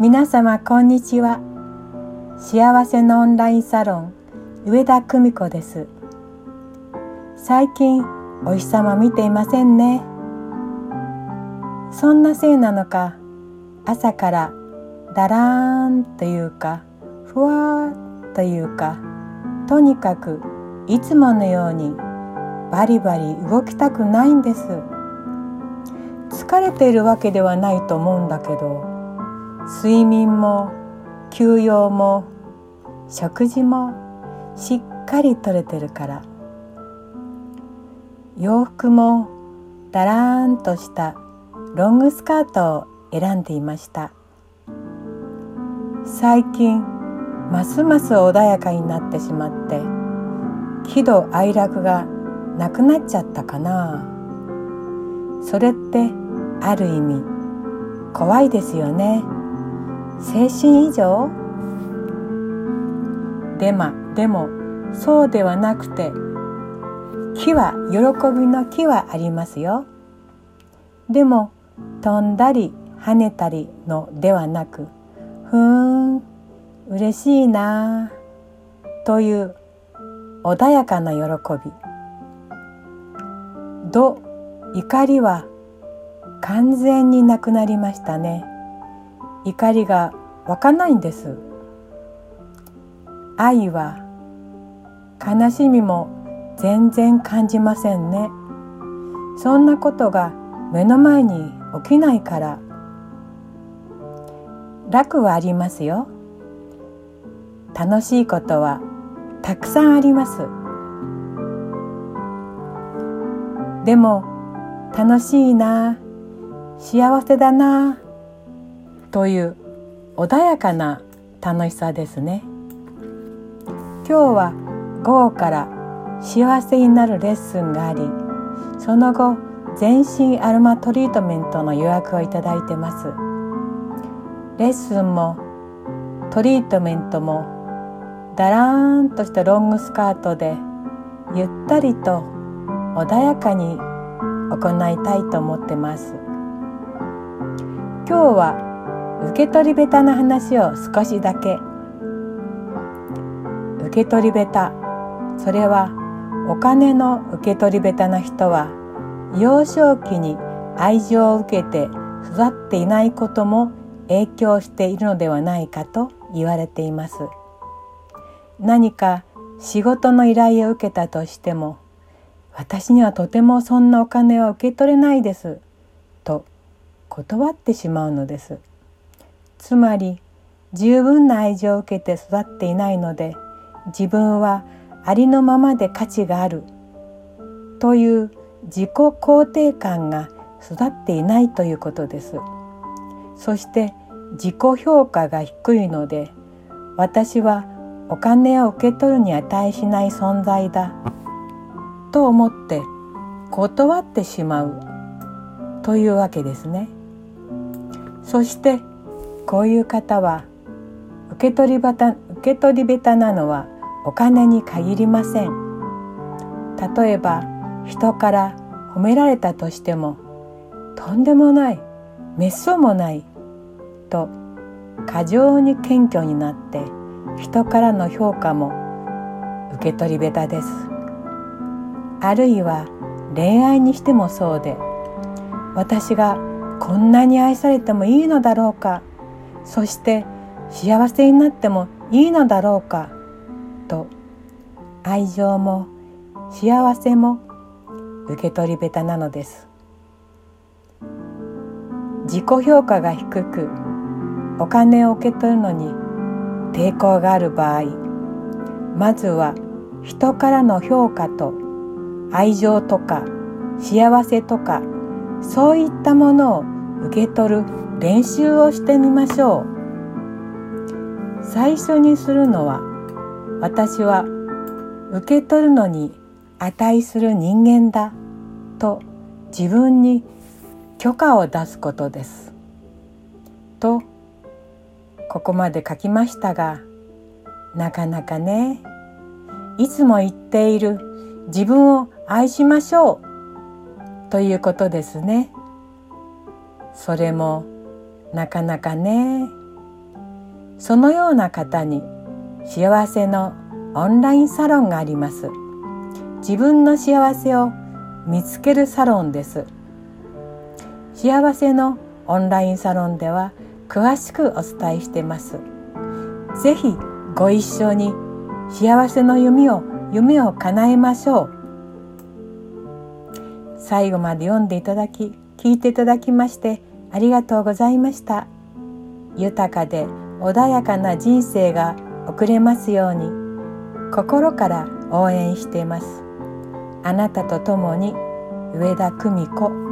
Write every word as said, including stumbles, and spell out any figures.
皆様こんにちは。幸せのオンラインサロン上田久美子です。最近お日様見ていませんね。そんなせいなのか、朝からだらーんというかふわーというか、とにかくいつものようにバリバリ動きたくないんです。疲れているわけではないと思うんだけど、睡眠も休養も食事もしっかりとれてるから、洋服もだらーんとしたロングスカートを選んでいました。最近ますます穏やかになってしまって、喜怒哀楽がなくなっちゃったかな。それってある意味怖いですよね。精神異常？でま、でもそうではなくて、喜は喜びの喜はありますよ。でも飛んだり跳ねたりのではなく、ふーん嬉しいなという穏やかな喜び。ど怒りは完全になくなりましたね。怒りが湧かないんです。愛は悲しみも全然感じませんね。そんなことが目の前に起きないから。楽はありますよ。楽しいことはたくさんあります。でも楽しいな、幸せだなという穏やかな楽しさですね。今日は午後から幸せになるレッスンがあり、その後全身アロマトリートメントの予約をいただいてます。レッスンもトリートメントもだらーんとしたロングスカートでゆったりと穏やかに行いたいと思ってます。今日は受け取り下手な話を少しだけ。受け取り下手、それはお金の受け取り下手な人は幼少期に愛情を受けて育っていないことも影響しているのではないかと言われています。何か仕事の依頼を受けたとしても、私にはとてもそんなお金は受け取れないですと断ってしまうのです。つまり十分な愛情を受けて育っていないので、自分はありのままで価値があるという自己肯定感が育っていないということです。そして自己評価が低いので、私はお金を受け取るに値しない存在だと思って断ってしまうというわけですね。そしてこういう方は受け取りばた、受け取り下手なのはお金に限りません。例えば人から褒められたとしても、とんでもない、めっそうもないと過剰に謙虚になって人からの評価も受け取り下手です。あるいは恋愛にしてもそうで、私がこんなに愛されてもいいのだろうか、そして幸せになってもいいのだろうかと、愛情も幸せも受け取り下手なのです。自己評価が低くお金を受け取るのに抵抗がある場合、まずは人からの評価と愛情とか幸せとか、そういったものを受け取る練習をしてみましょう。最初にするのは、私は受け取るのに値する人間だと自分に許可を出すことです。とここまで書きましたが、なかなかね、いつも言っている自分を愛しましょうということですね。それもなかなかね、 そのような方に幸せのオンラインサロンがあります。自分の幸せを見つけるサロンです。幸せのオンラインサロンでは詳しくお伝えしています。ぜひご一緒に幸せの夢を夢を叶えましょう。最後まで読んでいただき、聞いていただきましてありがとうございました。豊かで穏やかな人生が送れますように、心から応援しています。あなたと共に、上田久美子。